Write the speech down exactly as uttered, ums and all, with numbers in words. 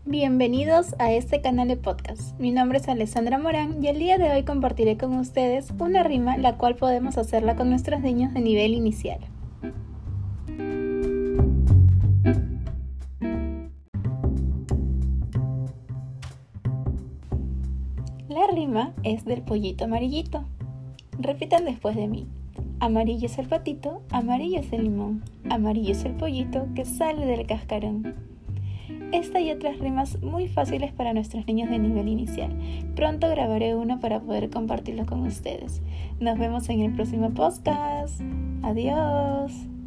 Bienvenidos a este canal de podcast. Mi nombre es Alessandra Morán y el día de hoy compartiré con ustedes una rima la cual podemos hacerla con nuestros niños de nivel inicial. La rima es del pollito amarillito. Repitan después de mí. Amarillo es el patito, amarillo es el limón, amarillo es el pollito que sale del cascarón. Esta y otras rimas muy fáciles para nuestros niños de nivel inicial. Pronto grabaré uno para poder compartirlo con ustedes. Nos vemos en el próximo podcast. Adiós.